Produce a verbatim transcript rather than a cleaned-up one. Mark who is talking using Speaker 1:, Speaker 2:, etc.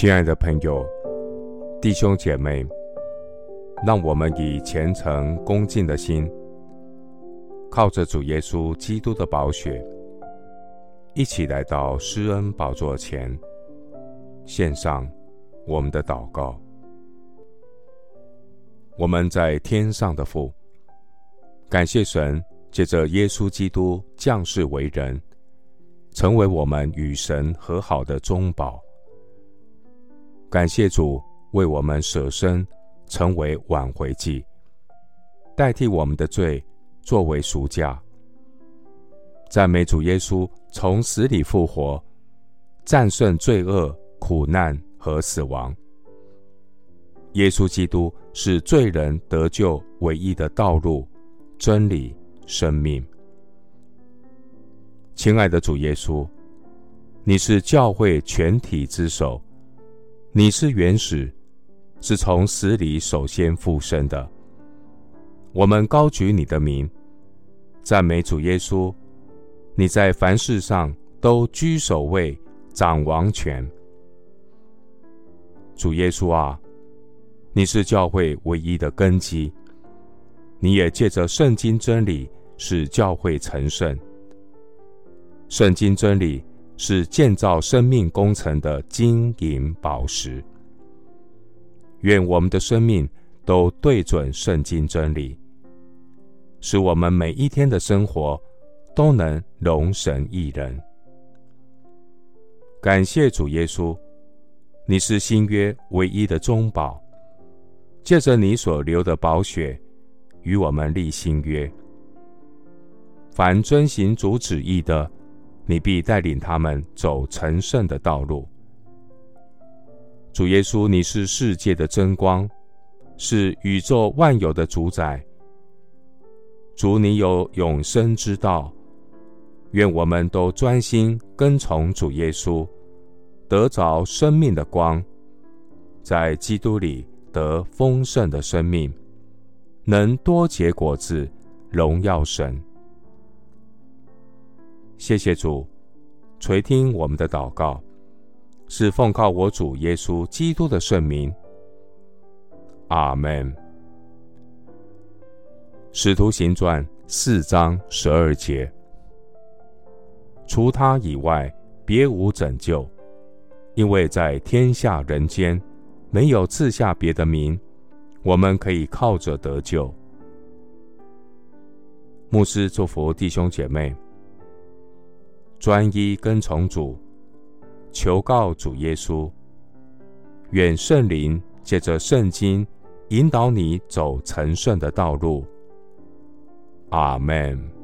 Speaker 1: 亲爱的朋友、弟兄姐妹，让我们以虔诚恭敬的心，靠着主耶稣基督的宝血，一起来到施恩宝座前，献上我们的祷告。我们在天上的父，感谢神借着耶稣基督降世为人，成为我们与神和好的中保。感谢主为我们舍身，成为挽回祭，代替我们的罪，作为赎价。赞美主耶稣从死里复活，战胜罪恶、苦难和死亡。耶稣基督是罪人得救唯一的道路、真理、生命。亲爱的主耶稣，你是教会全体之首，你是原始，是从死里首先复生的。我们高举你的名，赞美主耶稣，你在凡事上都居首位，掌王权。主耶稣啊，你是教会唯一的根基，你也借着圣经真理使教会成圣。圣经真理是建造生命工程的金银宝石。愿我们的生命都对准圣经真理，使我们每一天的生活都能荣神益人。感谢主耶稣，你是新约唯一的中保，借着你所流的宝血，与我们立新约。凡遵行主旨意的，你必带领他们走成圣的道路。主耶稣，你是世界的真光，是宇宙万有的主宰。主，你有永生之道，愿我们都专心跟从主耶稣，得着生命的光，在基督里得丰盛的生命，能多结果子，荣耀神。谢谢主垂听我们的祷告，是奉靠我主耶稣基督的圣名。阿们。使徒行传四章十二节，除他以外，别无拯救，因为在天下人间，没有赐下别的名，我们可以靠着得救。牧师祝福弟兄姐妹，专一跟从主，求告主耶稣，愿圣灵借着圣经引导你走成圣的道路。阿们。